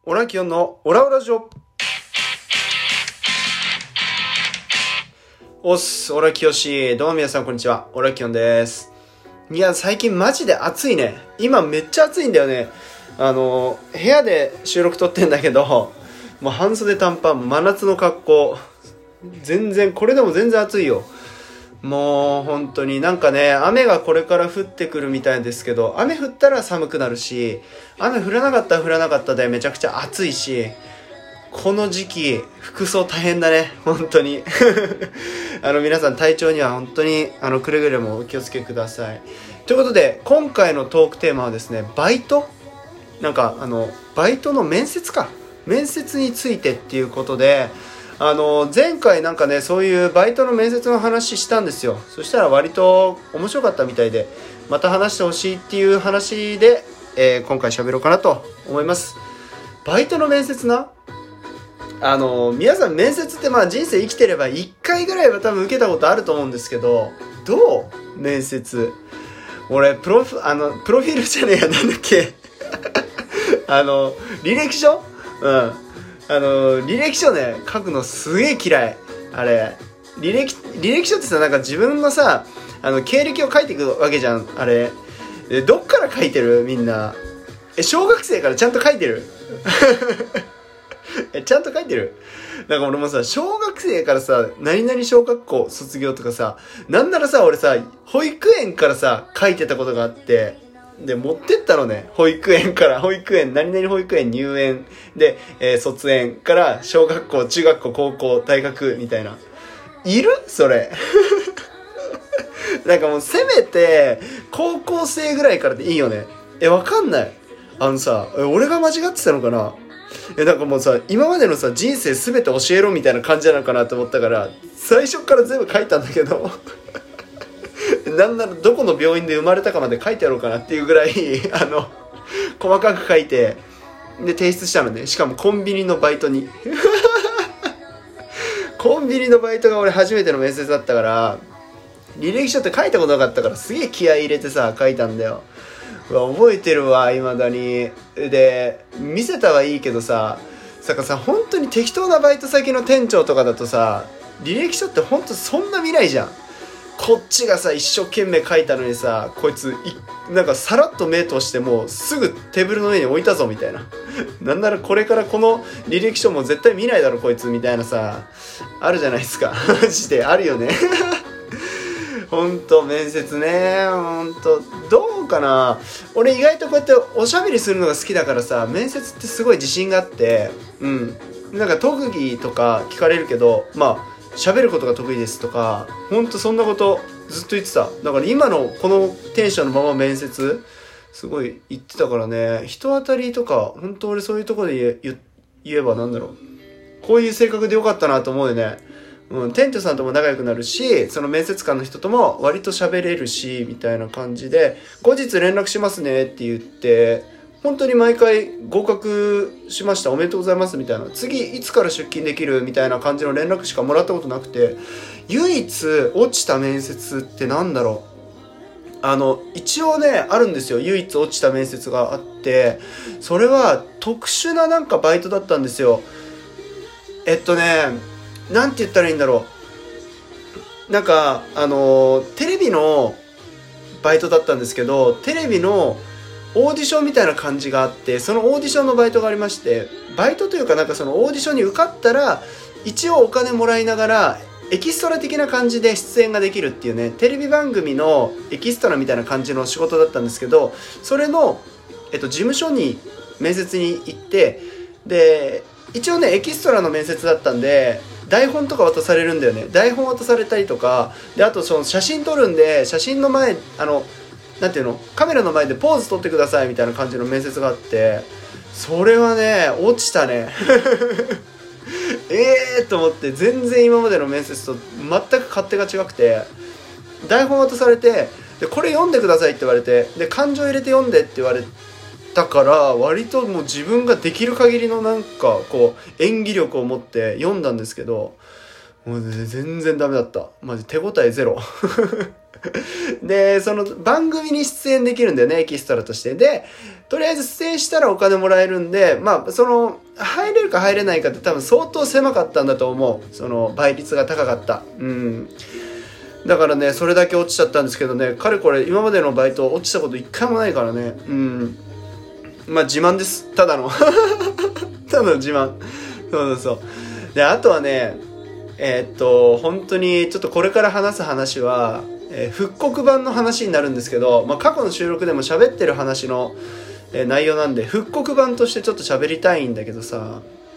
オラキオンのオラオラジオ。オラキヨシ。どうも皆さんこんにちは。オラキオンです。いや、最近マジで暑いね。今めっちゃ暑いんだよね。部屋で収録撮ってんだけど、もう半袖短パン、真夏の格好。これでも全然暑いよ。もう本当になんかね、雨がこれから降ってくるみたいですけど、雨降ったら寒くなるし、雨降らなかったら降らなかったでめちゃくちゃ暑いし、この時期服装大変だね、本当に皆さん体調には本当にくれぐれもお気をつけください。ということで今回のトークテーマはですね、バイトバイトの面接についてっていうことで、前回なんかね、そういうバイトの面接の話したんですよ。そしたら割と面白かったみたいで、また話してほしいっていう話で、今回喋ろうかなと思います。バイトの面接な、皆さん面接って人生生きてれば1回ぐらいは多分受けたことあると思うんですけど、どう？面接。俺、プロフィールじゃねえや、なんだっけ履歴書？履歴書ね、書くのすげえ嫌い。あれ、履歴書ってさ、なんか自分のさ、経歴を書いていくわけじゃん、あれ。どっから書いてる？みんな。小学生からちゃんと書いてる？ちゃんと書いてる？なんか俺もさ、小学生からさ、何々小学校卒業とかさ、なんならさ、俺さ、保育園からさ、書いてたことがあって、で、持ってったのね。何々保育園入園で、卒園から小学校、中学校、高校、大学みたいな。いる？それ。なんかもうせめて、高校生ぐらいからでいいよね。わかんない。俺が間違ってたのかな？なんかもうさ、今までのさ、人生すべて教えろみたいな感じなのかなと思ったから、最初から全部書いたんだけど、なんならどこの病院で生まれたかまで書いてやろうかなっていうぐらい細かく書いて、で提出したのね。しかもコンビニのバイトにコンビニのバイトが俺初めての面接だったから、履歴書って書いたことなかったから、すげえ気合い入れてさ書いたんだよ。覚えてるわ、未だに。で見せたはいいけどさ本当に適当なバイト先の店長とかだとさ、履歴書って本当そんな見ないじゃん。こっちがさ一生懸命書いたのにさ、こいつなんかさらっと目通してもうすぐテーブルの上に置いたぞみたいななんならこれからこの履歴書も絶対見ないだろこいつみたいなさ、あるじゃないですか。マジであるよね。ほんと面接ね、ほんとどうかな。俺意外とこうやっておしゃべりするのが好きだからさ、面接ってすごい自信があって、なんか特技とか聞かれるけど、喋ることが得意ですとか、ほんとそんなことずっと言ってた。だから今のこのテンションのまま面接すごい言ってたからね。人当たりとかほんと俺そういうところで言えばこういう性格でよかったなと思うよね。店長さんとも仲良くなるし、その面接官の人とも割と喋れるしみたいな感じで、後日連絡しますねって言って、本当に毎回合格しました、おめでとうございますみたいな、次いつから出勤できるみたいな感じの連絡しかもらったことなくて、唯一落ちた面接って一応ねあるんですよ。唯一落ちた面接があって、それは特殊ななんかバイトだったんですよ。なんて言ったらいいんだろう。なんかテレビのバイトだったんですけど、テレビのオーディションみたいな感じがあって、そのオーディションのバイトがありまして、バイトというかなんかそのオーディションに受かったら一応お金もらいながらエキストラ的な感じで出演ができるっていうね、テレビ番組のエキストラみたいな感じの仕事だったんですけど、それの事務所に面接に行って、で一応ねエキストラの面接だったんで台本とか渡されるんだよね。台本渡されたりとかで、あとその写真撮るんで、写真の前なんていうの、カメラの前でポーズ撮ってくださいみたいな感じの面接があって、それはね落ちたね。と思って、全然今までの面接と全く勝手が違くて、台本渡されて、でこれ読んでくださいって言われて、で感情入れて読んでって言われたから、割ともう自分ができる限りのなんかこう演技力を持って読んだんですけど、 もう全然ダメだった。マジ手応えゼロ。で、その番組に出演できるんだよね、エキストラとして。で、とりあえず出演したらお金もらえるんで、まあ、その、入れるか入れないかって多分相当狭かったんだと思う。その倍率が高かった。うん。だからね、それだけ落ちちゃったんですけどね、かれこれ今までのバイト落ちたこと一回もないからね。うん。まあ自慢です。ただの。ただの自慢。そうそうそう。で、あとはね、本当にちょっとこれから話す話は、復刻版の話になるんですけど、まあ、過去の収録でも喋ってる話の、内容なんで復刻版としてちょっと喋りたいんだけどさ、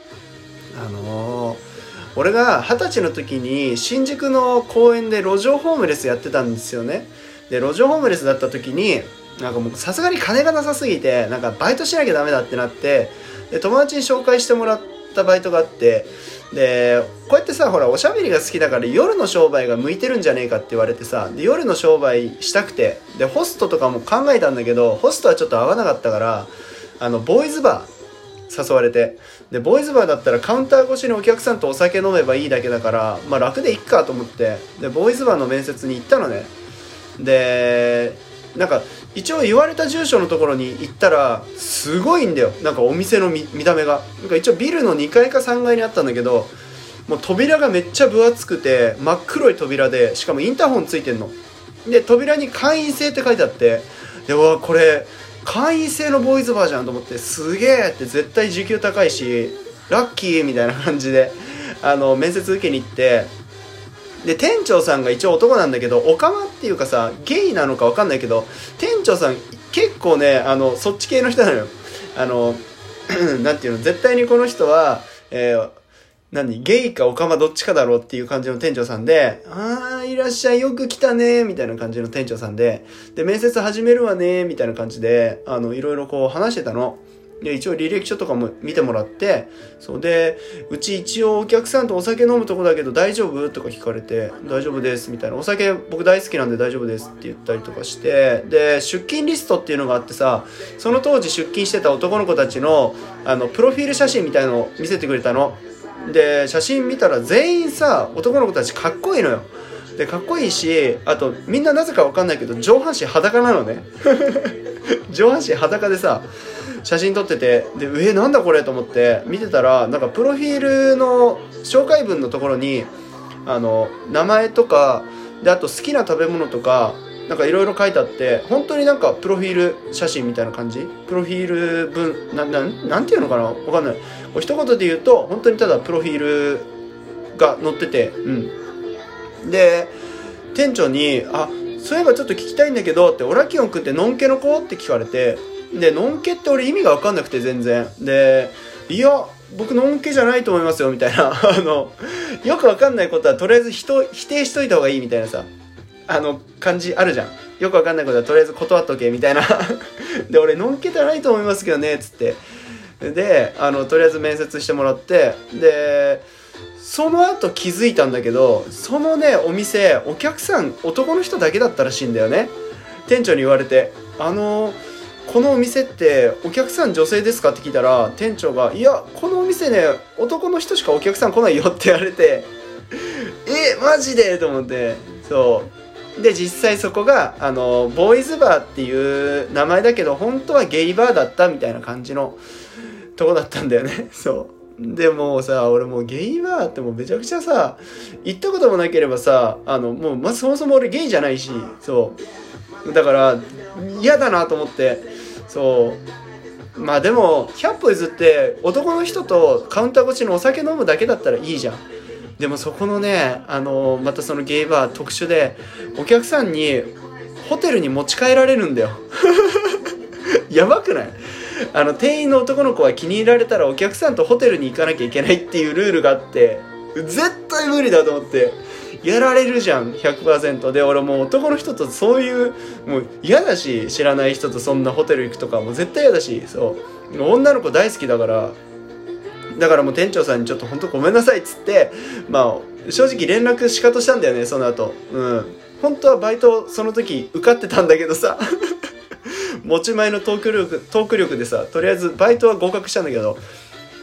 俺が20歳の時に新宿の公園で路上ホームレスやってたんですよね。で、路上ホームレスだった時になんかもうさすがに金がなさすぎて、なんかバイトしなきゃダメだってなって、で友達に紹介してもらったバイトがあって、でこうやってさ、ほらおしゃべりが好きだから夜の商売が向いてるんじゃねえかって言われてさ、で夜の商売したくて、でホストとかも考えたんだけど、ホストはちょっと合わなかったから、ボーイズバー誘われて、でボーイズバーだったらカウンター越しにお客さんとお酒飲めばいいだけだから、まあ楽でいっかと思って、でボーイズバーの面接に行ったのね。でなんか一応言われた住所のところに行ったらすごいんだよ。なんかお店の 見た目がなんか一応ビルの2階か3階にあったんだけど、もう扉がめっちゃ分厚くて真っ黒い扉で、しかもインターホンついてんので、扉に会員制って書いてあって、でわこれ会員制のボーイズバーじゃんと思って、すげえって、絶対時給高いしラッキーみたいな感じで面接受けに行って、で店長さんが一応男なんだけど、オカマっていうかさ、ゲイなのか分かんないけど、店長さん結構ねそっち系の人なのよ。なんていうの、絶対にこの人は、ゲイかオカマどっちかだろうっていう感じの店長さんで、いらっしゃい、よく来たねみたいな感じの店長さんで、で面接始めるわねみたいな感じでいろいろこう話してたので、一応履歴書とかも見てもらって、そうで、うち一応お客さんとお酒飲むとこだけど大丈夫とか聞かれて、大丈夫ですみたいな、お酒僕大好きなんで大丈夫ですって言ったりとかして、で出勤リストっていうのがあってさ、その当時出勤してた男の子たちのプロフィール写真みたいのを見せてくれたので、写真見たら全員さ、男の子たちかっこいいのよ。でかっこいいし、あとみんななぜか分かんないけど上半身裸なのね。上半身裸でさ写真撮ってて、でなんだこれと思って見てたら、なんかプロフィールの紹介文のところに名前とかで、あと好きな食べ物とかなんかいろいろ書いてあって、本当になんかプロフィール写真みたいな感じ、プロフィール文なんていうのかな、わかんない。一言で言うと本当にただプロフィールが載ってて、で店長にそういえばちょっと聞きたいんだけどって、オラキオン君ってノンケの子って聞かれて、でノンケって俺意味が分かんなくて全然で、いや僕ノンケじゃないと思いますよみたいなよく分かんないことはとりあえず否定しといた方がいいみたいなさ感じあるじゃん。よく分かんないことはとりあえず断っとけみたいなで俺ノンケじゃないと思いますけどねっつって、でとりあえず面接してもらって、でその後気づいたんだけど、そのねお店お客さん男の人だけだったらしいんだよね。店長に言われて、このお店ってお客さん女性ですかって聞いたら、店長がいやこのお店ね男の人しかお客さん来ないよって言われてマジでと思って、そうで実際そこがボーイズバーっていう名前だけど本当はゲイバーだったみたいな感じのとこだったんだよね。そうでもうさ、俺もうゲイバーってもうめちゃくちゃさ、行ったこともなければさもうそもそも俺ゲイじゃないし、そうだから嫌だなと思って、そうまあでも100歩譲って男の人とカウンター越しのお酒飲むだけだったらいいじゃん。でもそこのねまたそのゲイバー特殊で、お客さんにホテルに持ち帰られるんだよ。やばくない？店員の男の子は気に入られたらお客さんとホテルに行かなきゃいけないっていうルールがあって、絶対無理だと思ってやられるじゃん 100%。 で俺もう男の人とそういうもう嫌だし、知らない人とそんなホテル行くとかもう絶対嫌だし、そう女の子大好きだから、もう店長さんにちょっと本当ごめんなさいっつって、まあ正直連絡しかとしたんだよね。その後本当はバイトその時受かってたんだけどさ持ち前のトーク力でさ、とりあえずバイトは合格したんだけど、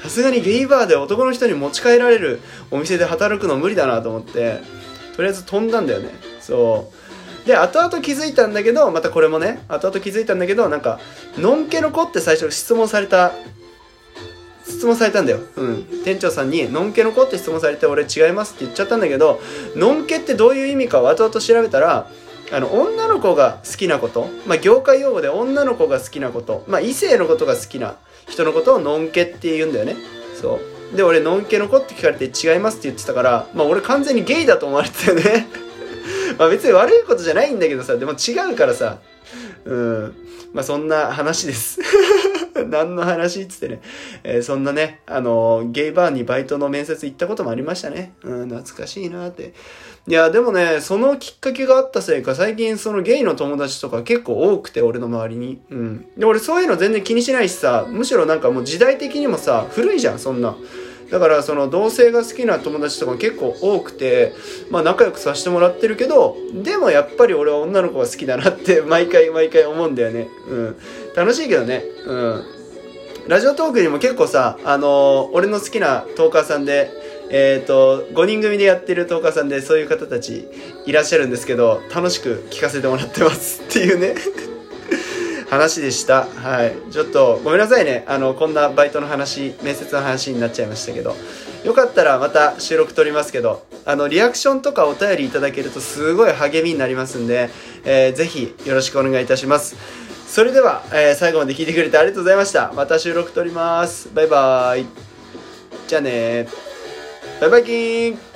さすがにゲイバーで男の人に持ち帰られるお店で働くの無理だなと思って、とりあえず飛んだんだよね。そうで、後々気づいたんだけど、またこれもね、後々気づいたんだけど、なんかのんけの子って最初質問されたんだよ。店長さんにのんけの子って質問されて、俺違いますって言っちゃったんだけど、のんけってどういう意味かを後々調べたら、女の子が好きなこと、業界用語で女の子が好きなこと、異性のことが好きな人のことをのんけって言うんだよね。そうで、俺のんけの子って聞かれて違いますって言ってたから、俺完全にゲイだと思われてたよね。別に悪いことじゃないんだけどさ、でも違うからさ、そんな話です。何の話っつってね、そんなね、ゲイバーにバイトの面接行ったこともありましたね。懐かしいなって。いや、でもね、そのきっかけがあったせいか、最近そのゲイの友達とか結構多くて、俺の周りに。で、俺そういうの全然気にしないしさ、むしろなんかもう時代的にもさ、古いじゃん、そんな。だからその同性が好きな友達とかも結構多くて、仲良くさせてもらってるけど、でもやっぱり俺は女の子が好きだなって毎回思うんだよね。楽しいけどね。ラジオトークにも結構さ、俺の好きなトーカーさんで、5人組でやってるトーカーさんでそういう方たちいらっしゃるんですけど、楽しく聞かせてもらってますっていうね話でした。はい。ちょっとごめんなさいね。こんなバイトの話、面接の話になっちゃいましたけど、よかったらまた収録撮りますけど、リアクションとかお便りいただけるとすごい励みになりますんで、ぜひよろしくお願いいたします。それでは、最後まで聞いてくれてありがとうございました。また収録撮ります。バイバーイ。じゃあねー。バイバイキーン。